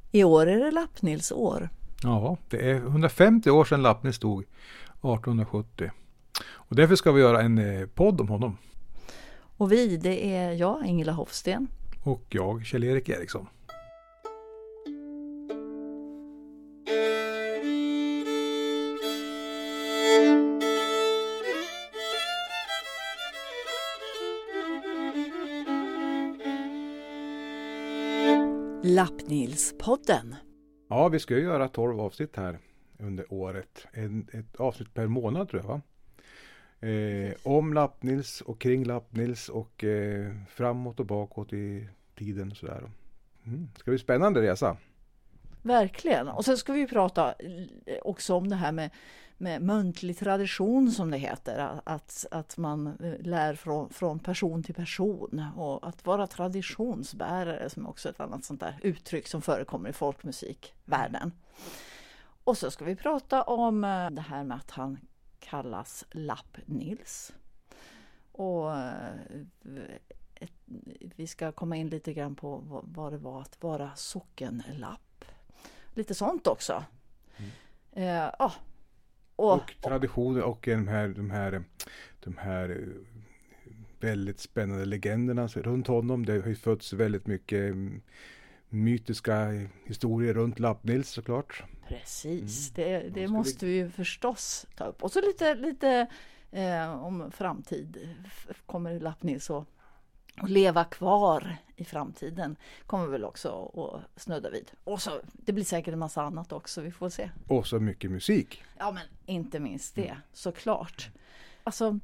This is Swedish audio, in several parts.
I år är det Lappnils år. Ja, det är 150 år sedan Lappnils dog 1870. Och därför ska vi göra en podd om honom. Och vi, det är jag, Ingela Hofsten. Och jag, Kjell-Erik Eriksson. Lappnilspodden. Ja, vi ska ju göra 12 avsnitt här under året. Ett avsnitt per månad tror jag, va? Om Lappnils och kring Lappnils och framåt och bakåt i tiden och sådär. Ska bli spännande resa. Verkligen. Och sen ska vi prata också om det här med muntlig tradition som det heter. Att man lär från person till person. Och att vara traditionsbärare som också är ett annat sånt där uttryck som förekommer i folkmusikvärlden. Och så ska vi prata om det här med att han kallas Lappnils. Och vi ska komma in lite grann på vad det var att vara sockenlapp. Lite sånt också. Och traditioner och de här väldigt spännande legenderna runt honom. Det har ju fötts väldigt mycket mytiska historier runt Lappnils såklart. Precis, det måste vi ju förstås ta upp. Och så lite om framtid. Kommer Lappnils att leva kvar i framtiden? Kommer väl också att snudda vid. Och så, det blir säkert en massa annat också, vi får se. Och så mycket musik. Ja, men inte minst det, såklart. Alltså,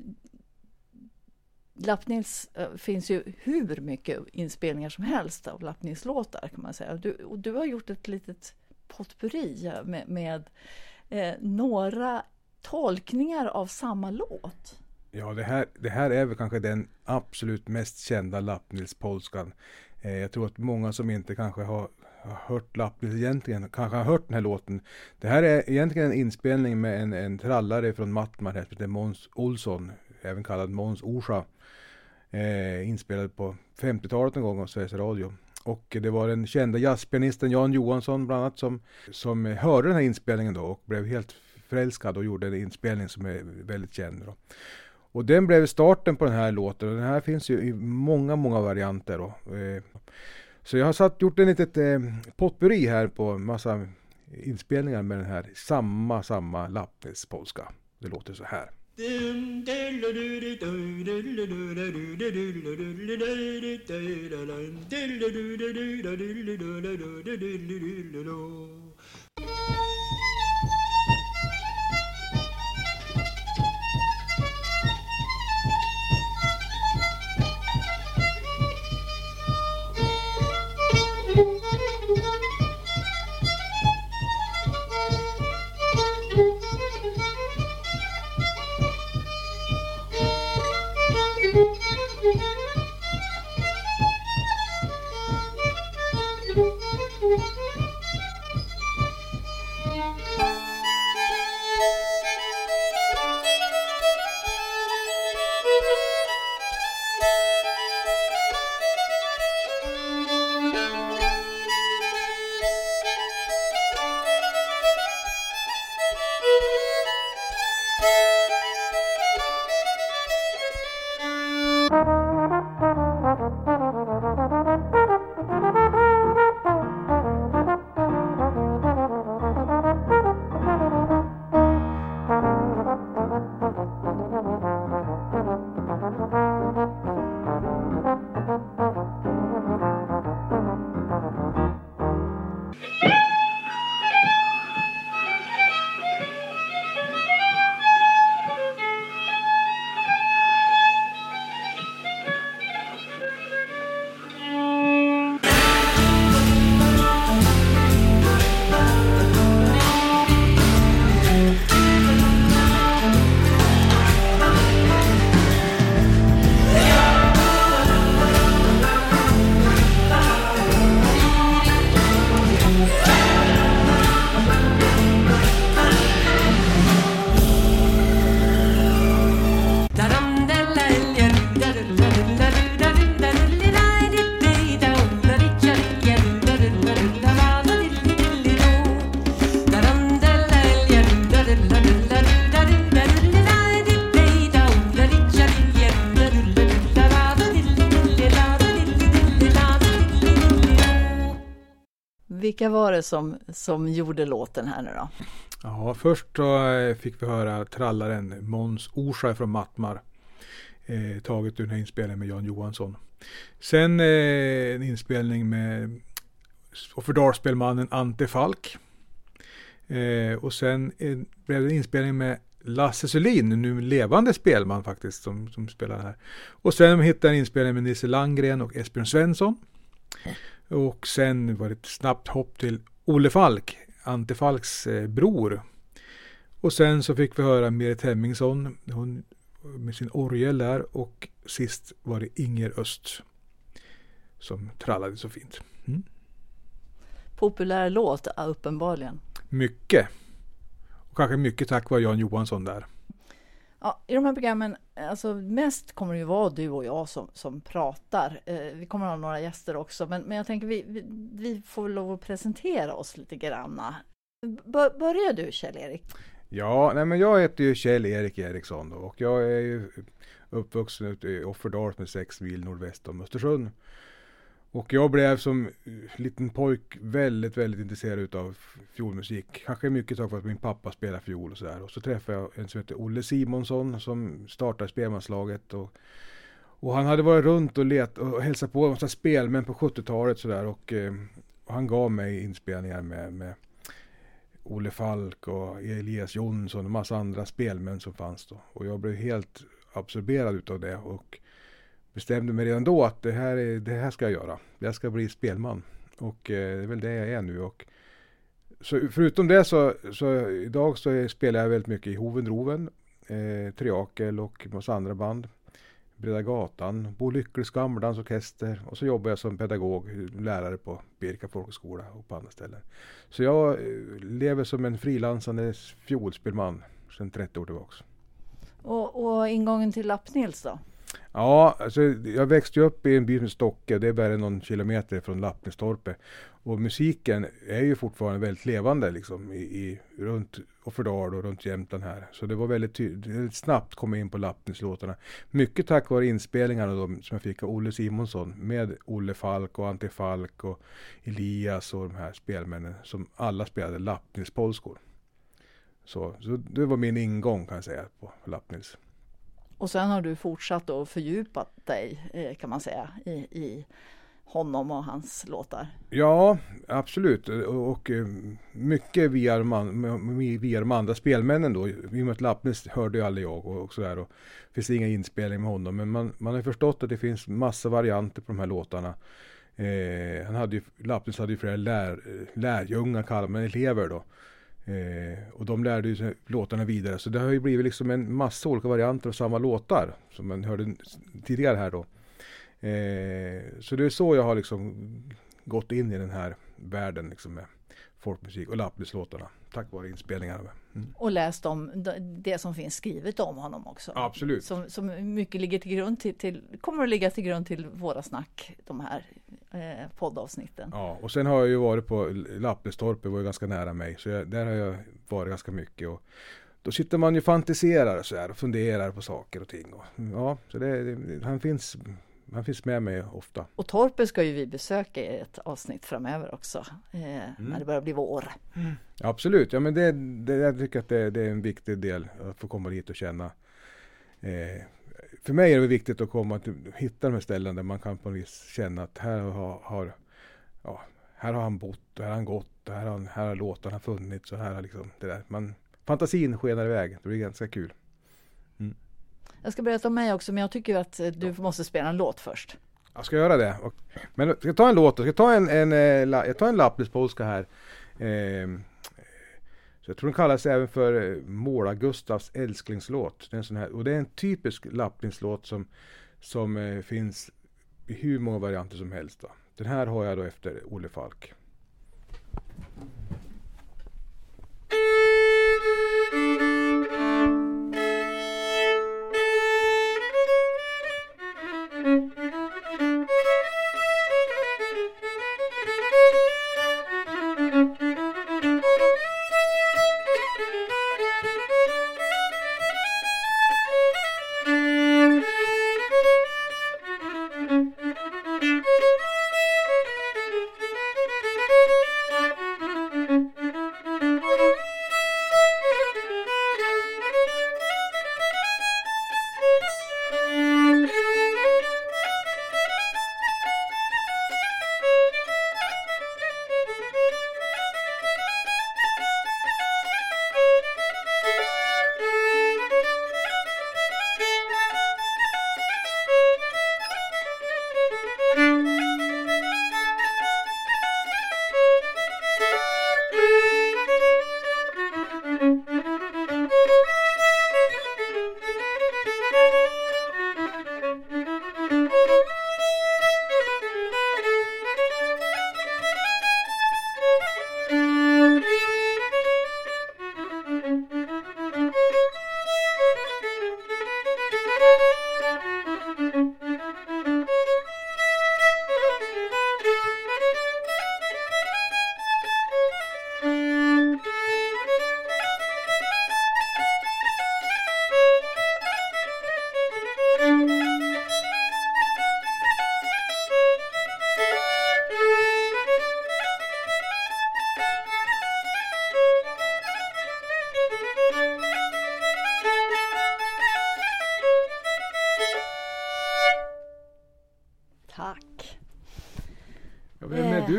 Lappnils finns ju hur mycket inspelningar som helst av Lappnils låtar kan man säga. Du har gjort ett litet potpurri med några tolkningar av samma låt. Ja, det här är väl kanske den absolut mest kända Lappnils-polskan. Jag tror att många som inte kanske har hört Lappnils egentligen kanske har hört den här låten. Det här är egentligen en inspelning med en trallare från Mattmar, som heter Måns Olsson, även kallad Måns Orsa. Inspelad på 50-talet en gång av Sveriges Radio. Och det var den kända jazzpianisten Jan Johansson bland annat som hörde den här inspelningen då och blev helt förälskad och gjorde en inspelning som är väldigt känd då. Och den blev starten på den här låten, och den här finns ju i många varianter då. Så jag har gjort en litet potpurri här på massa inspelningar med den här samma Lappnils polska. Det låter så här. Vilka var det som gjorde låten här nu då? Ja, först då fick vi höra trallaren Måns Orsa från Mattmar. Taget ur den här inspelningen med Jan Johansson. Sen en inspelning med Offerdalspelmannen Ante Falk. Och sen blev det en inspelning med Lasse Sölin, nu levande spelman faktiskt, som spelar här. Och sen hittade jag en inspelning med Nisse Landgren och Esbjörn Svensson. Och sen var det ett snabbt hopp till Olle Falk, Ante Falks bror. Och sen så fick vi höra Merit Hemmingsson, hon med sin orgel där, och sist var det Inger Öst som trallade så fint. Populär låt, uppenbarligen. Mycket. Och kanske mycket tack vare Jan Johansson där. Ja, i de här programmen, alltså mest kommer det ju vara du och jag som pratar. Vi kommer att ha några gäster också, men jag tänker vi får lov att presentera oss lite granna. Börjar du, Kjell-Erik? Ja, nej, men jag heter ju Kjell-Erik Eriksson då, och jag är ju uppvuxen ute i Offerdal med 6 mil nordväst om Östersund. Och jag blev som liten pojk väldigt, väldigt intresserad utav fiolmusik. Kanske mycket tack vare att min pappa spelar fiol och sådär. Och så träffade jag en som heter Olle Simonsson som startade spelmanslaget. Och han hade varit runt och hälsat på en massa spelmän på 70-talet sådär. Och han gav mig inspelningar med Olle Falk och Elias Jonsson och massa andra spelmän som fanns då. Och jag blev helt absorberad utav det och bestämde mig redan då att det här ska jag göra. Jag ska bli spelman. Och det är väl det jag är nu. Och så förutom det så idag så spelar jag väldigt mycket i Hovendroven, Triakel och massa andra band. Breda Gatan, Bo Lyckles gammeldansorkester, och så jobbar jag som pedagog, lärare på Birka folkhögskola och på andra ställen. Så jag lever som en frilansande fiolspelman sedan 30 år tillbaka. Och ingången till Lappnils då? Ja, alltså jag växte upp i en by med Stocke, det är bara någon kilometer från Lappnilstorpet. Och musiken är ju fortfarande väldigt levande liksom runt Offerdal och runt Jämtland här. Så det var väldigt snabbt komma in på Lappnilslåtarna. Mycket tack vare inspelningarna då, som jag fick av Olle Simonsson med Olle Falk och Ante Falk och Elias och de här spelmännen som alla spelade Lappnilspolskor. Så det var min ingång kan jag säga på Lappnils. Och sen har du fortsatt att fördjupat dig kan man säga i honom och hans låtar. Ja, absolut. Och mycket via de andra spelmännen då. I och med att Lappnils hörde ju aldrig jag och sådär. Och det finns inga inspelningar med honom. Men man har förstått att det finns massa varianter på de här låtarna. Lappnils hade ju flera lärjungar kallar man elever då. Och de lärde ju låtarna vidare. Så det har ju blivit liksom en massa olika varianter av samma låtar. Som man hörde tidigare här då. Så det är så jag har liksom gått in i den här världen liksom med folkmusik och Lappnilslåtarna. Tack vare inspelningarna. Och läst om det som finns skrivet om honom också. Absolut. Som mycket ligger till grund kommer att ligga till grund till våra snack, de här poddavsnitten. Ja, och sen har jag ju varit på Lappnilstorpet, var ju ganska nära mig. Så där har jag varit ganska mycket. Och då sitter man ju fantiserar så här och funderar på saker och ting. Och, ja, så han finns med mig ofta. Och torpet ska ju vi besöka i ett avsnitt framöver också. När det börjar bli vår. Ja, absolut. Ja, men jag tycker att det är en viktig del att få komma dit och känna. För mig är det viktigt att hitta de här ställen där man kan på något vis känna att här har han bott, här har han gått, här har låtarna funnits och här har liksom det där. Fantasin skenar iväg. Det blir ganska kul. Jag ska berätta om mig också, men jag tycker ju att du måste spela en låt först. Jag ska göra det. Men jag ska ta en låt. Jag tar en Lappnilspolska här. Så jag tror den kallas även för Måla Gustavs älsklingslåt. Det är en sån här, och det är en typisk Lappnilslåt som finns i hur många varianter som helst. Då. Den här har jag då efter Olle Falk.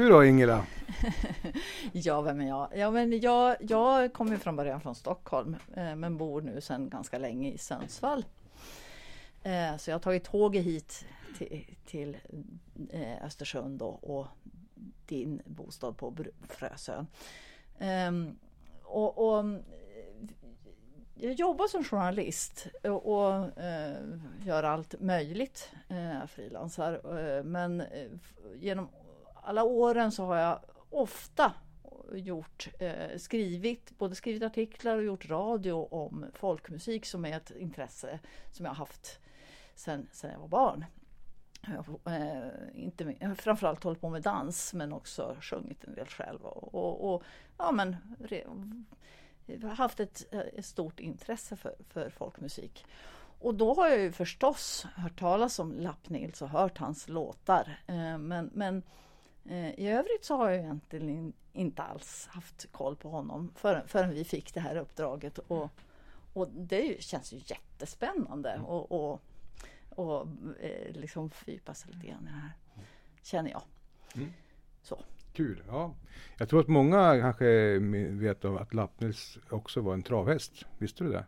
då, Ingela? Ja, vem är jag? Ja, men jag kommer från början från Stockholm, men bor nu sedan ganska länge i Sundsvall. Så jag har tagit tåget hit till Östersund och din bostad på Frösön. Och jag jobbar som journalist och gör allt möjligt, frilansar. Men genom alla åren så har jag ofta skrivit artiklar och gjort radio om folkmusik, som är ett intresse som jag har haft sedan jag var barn. Jag har framförallt hållit på med dans, men också sjungit en del själv och jag har haft ett stort intresse för folkmusik. Och då har jag ju förstås hört talas om Lapp-Nils och hört hans låtar. Men i övrigt så har jag egentligen inte alls haft koll på honom förrän vi fick det här uppdraget. Och det känns ju jättespännande och liksom fördjupa sig lite grann i det här, känner jag. Så. Kul, ja. Jag tror att många kanske vet om att Lapp-Nils också var en travhäst. Visste du det?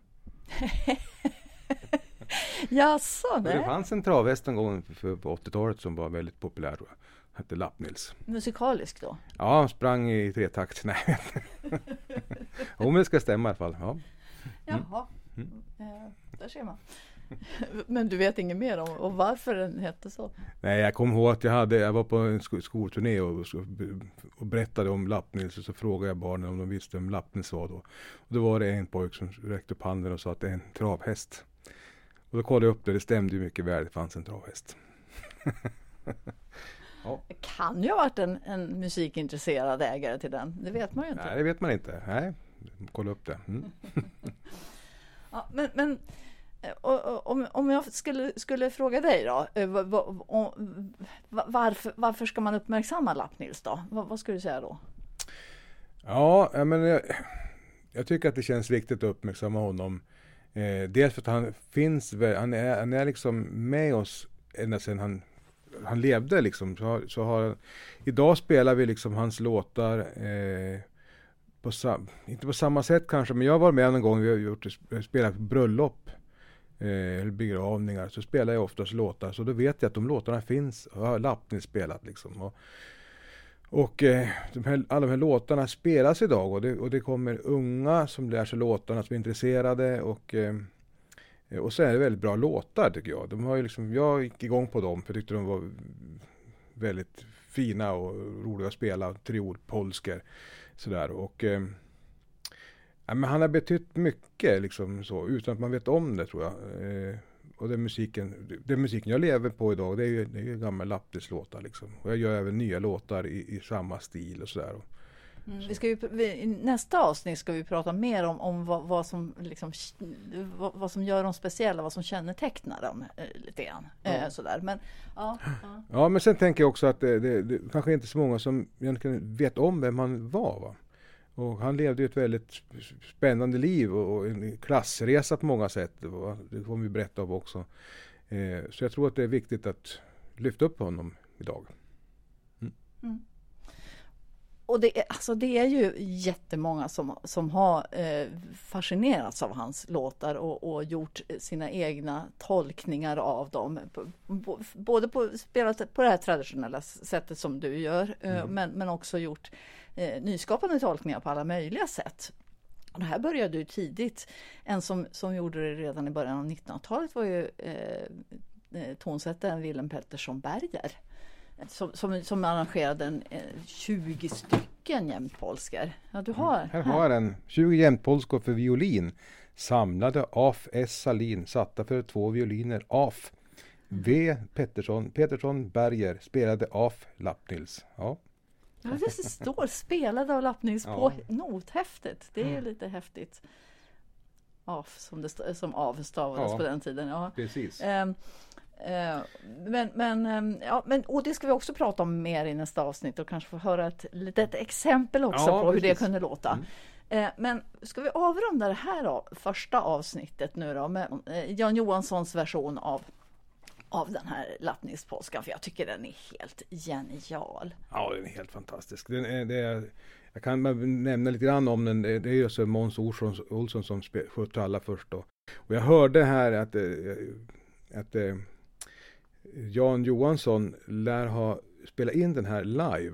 Jaså, det fanns en travhäst en gång på 80-talet som var väldigt populär. Hette Lapp-Nils. Musikalisk då? Ja, han sprang i 3-takt. Nej. Om det ska stämma i alla fall. Ja. Jaha, där ser man. Men du vet inget mer om varför den hette så? Nej, jag kommer ihåg att jag var på en skolturné och berättade om Lapp-Nils, och så frågade jag barnen om de visste vem Lapp-Nils var då. Och då var det en pojk som räckte upp handen och sa att det är en travhäst. Och då kollade jag upp det stämde ju mycket väl, det fanns en travhäst. Ja. Det kan ju ha varit en musikintresserad ägare till den, det vet man ju inte. Nej, det vet man inte. Nej, kolla upp det. Ja, men om jag skulle fråga dig då, varför ska man uppmärksamma Lapp-Nils då? Vad skulle du säga då? Ja, men jag tycker att det känns viktigt att uppmärksamma honom. Dels för att han är liksom med oss ända sedan han levde liksom. Idag spelar vi liksom hans låtar inte på samma sätt kanske, men jag var med en gång vi har spelat bröllop eller begravningar, så spelar jag oftast låtar, så då vet jag att de låtarna finns och har Lapp-Nils spelat liksom. Och alla de här låtarna spelas idag och det kommer unga som lär sig låtarna, som är intresserade och så är det väldigt bra låtar tycker jag. De har ju liksom, jag gick igång på dem för jag tyckte de var väldigt fina och roliga att spela, triol, polsker sådär, och men han har betytt mycket liksom så, utan att man vet om det tror jag. Och den musiken jag lever på idag, det är ju gamla Lapp-Nils låtar liksom. Och jag gör även nya låtar i samma stil och sådär. I nästa avsnitt ska vi prata mer om vad som liksom, vad som gör dem speciella, vad som kännetecknar dem lite grann. Sådär. Men, ja, men sen tänker jag också att det kanske inte är så många som egentligen vet om vem han var, va? Och han levde ju ett väldigt spännande liv och en klassresa på många sätt. Det kommer vi berätta om också. Så jag tror att det är viktigt att lyfta upp honom idag. Och det är ju jättemånga som har fascinerats av hans låtar och gjort sina egna tolkningar av dem. Både spelat på det här traditionella sättet som du gör, men också gjort nyskapande tolkningar på alla möjliga sätt. Och det här började ju tidigt. En som gjorde det redan i början av 1900-talet var ju tonsättaren Willem Pettersson Berger. Som arrangerade 20 stycken jämtpolskor. Ja, du har här har den 20 jämtpolskor för violin, samlade av S. Salin, satta för 2 violiner av V. Pettersson Berger, spelade av Lapp-Nils. Ja. Ja, det står spelade av Lapp-Nils på nothäftet. Det är lite häftigt. Som avstavades på den tiden. Ja. Precis. Men och det ska vi också prata om mer i nästa avsnitt och kanske få höra ett litet exempel också på hur det kunde låta. Men ska vi avrunda det här första avsnittet nu då med Jan Johanssons version av av den här lappningspolskan, för jag tycker den är helt genial. Ja, den är helt fantastisk. Jag kan nämna lite grann om den. Det är ju så Måns Olsson som sköt alla först då. Och jag hörde här att Jan Johansson lär ha spelat in den här live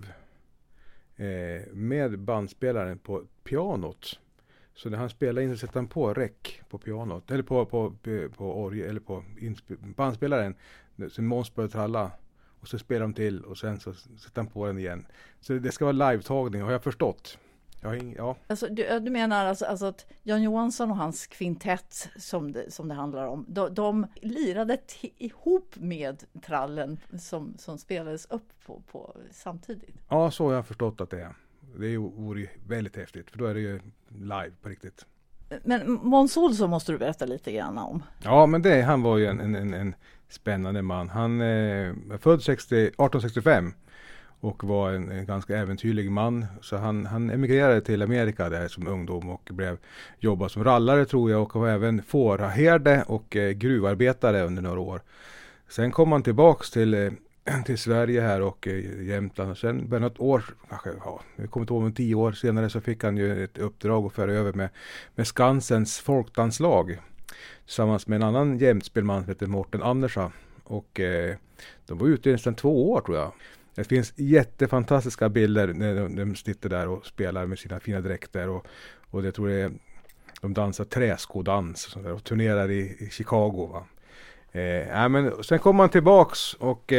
med bandspelaren på pianot. Så när han spelar in så sätter han på räck på pianot eller på orgel eller på bandspelaren. Så Måns börjar tralla och så spelar de till och sen så sätter han på den igen. Så det ska vara live-tagning, har jag förstått. Ja. Alltså, du menar alltså att Jan Johansson och hans kvintett som det handlar om, de lirade ihop med trallen som spelades upp på samtidigt? Ja, så har jag förstått att det är. Det vore väldigt häftigt, för då är det ju live på riktigt. Men Måns Olsson måste du berätta lite grann om. Ja, men han var ju en spännande man. Han är född 1865 och var en ganska äventyrlig man. Så han emigrerade till Amerika där som ungdom och jobbade som rallare tror jag, och var även fåraherde och gruvarbetare under några år. Sen kom han tillbaks till Sverige här och Jämtland, och sen började något år, kanske, vi kommer inte ihåg, 10 år senare så fick han ju ett uppdrag att föra över med Skansens folkdanslag tillsammans med en annan jämtspelman som heter Mårten Andersa, och de var ute i nästan 2 år tror jag. Det finns jättefantastiska bilder när de sitter där och spelar med sina fina dräkter och jag tror de dansar träskodans och turnerar i Chicago, va. Men sen kom han tillbaks och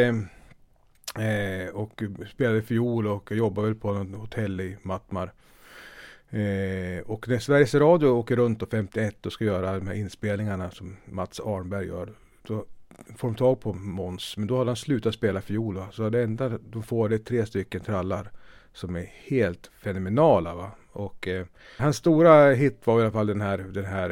spelade fiol och jobbade väl på något hotell i Mattmar. Och när Sveriges Radio åker runt och 51 och ska göra de här inspelningarna som Mats Arnberg gör, då får de tag på Måns, men då har han slutat spela fiol, va? Så det enda de får är 3 stycken trallar som är helt fenomenala, va? Och hans stora hit var i alla fall den här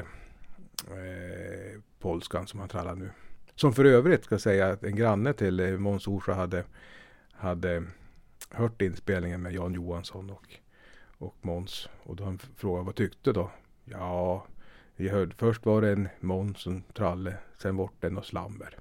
polskan som han trallar nu. Som för övrigt ska säga att en granne till Måns Orsa hade hört inspelningen med Jan Johansson och Måns. Och då han frågade vad tyckte då? Ja, vi hörde först var det en Måns som tralle, sen vart det något slammer.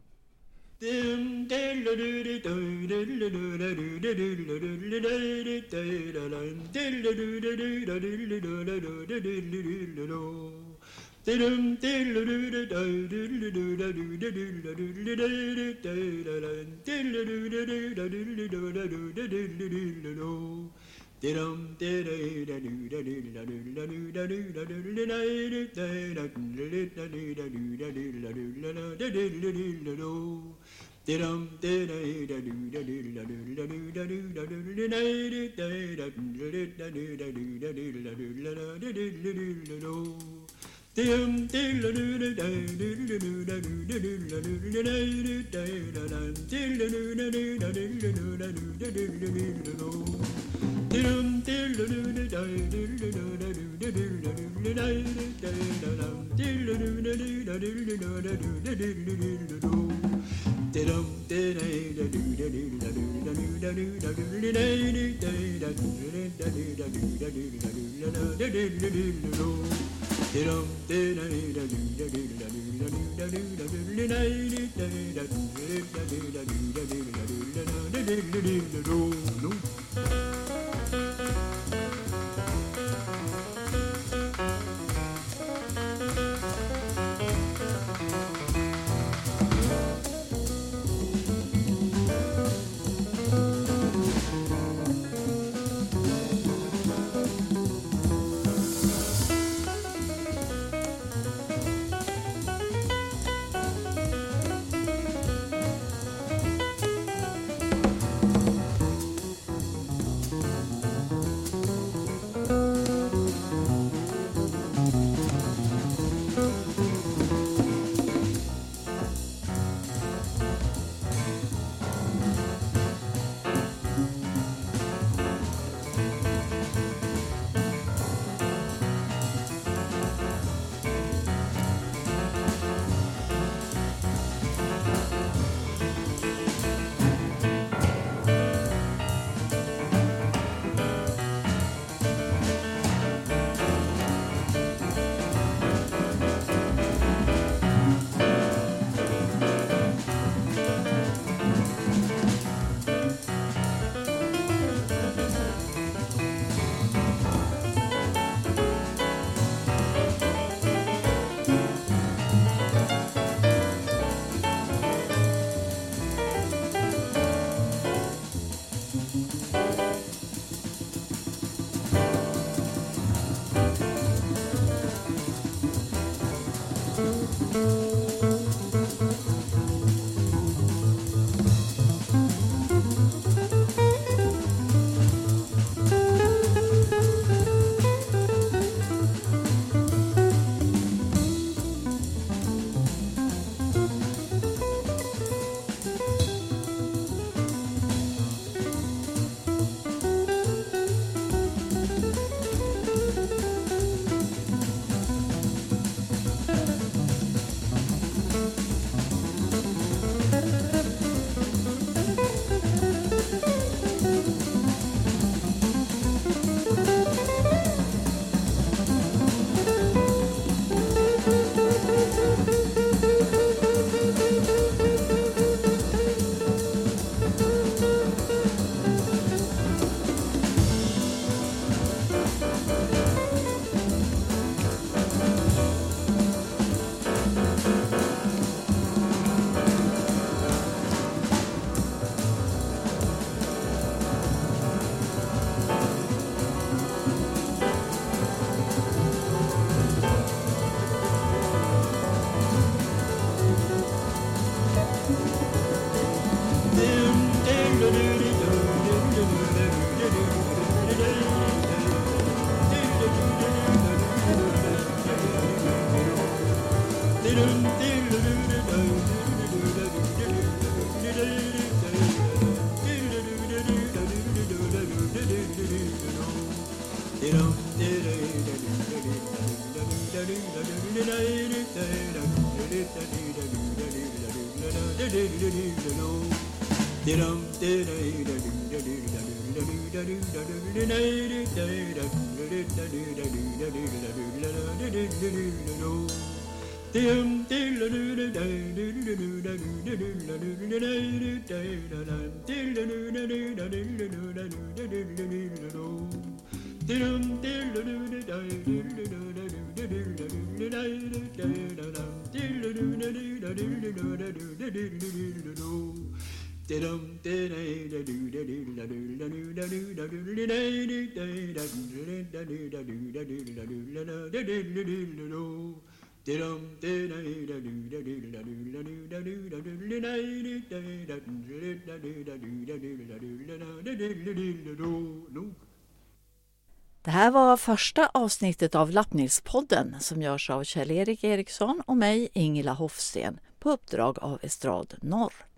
Det här var första avsnittet av Lappnilspodden som görs av Kjell-Erik Eriksson och mig, Ingela Hofsten, på uppdrag av Estrad Norr.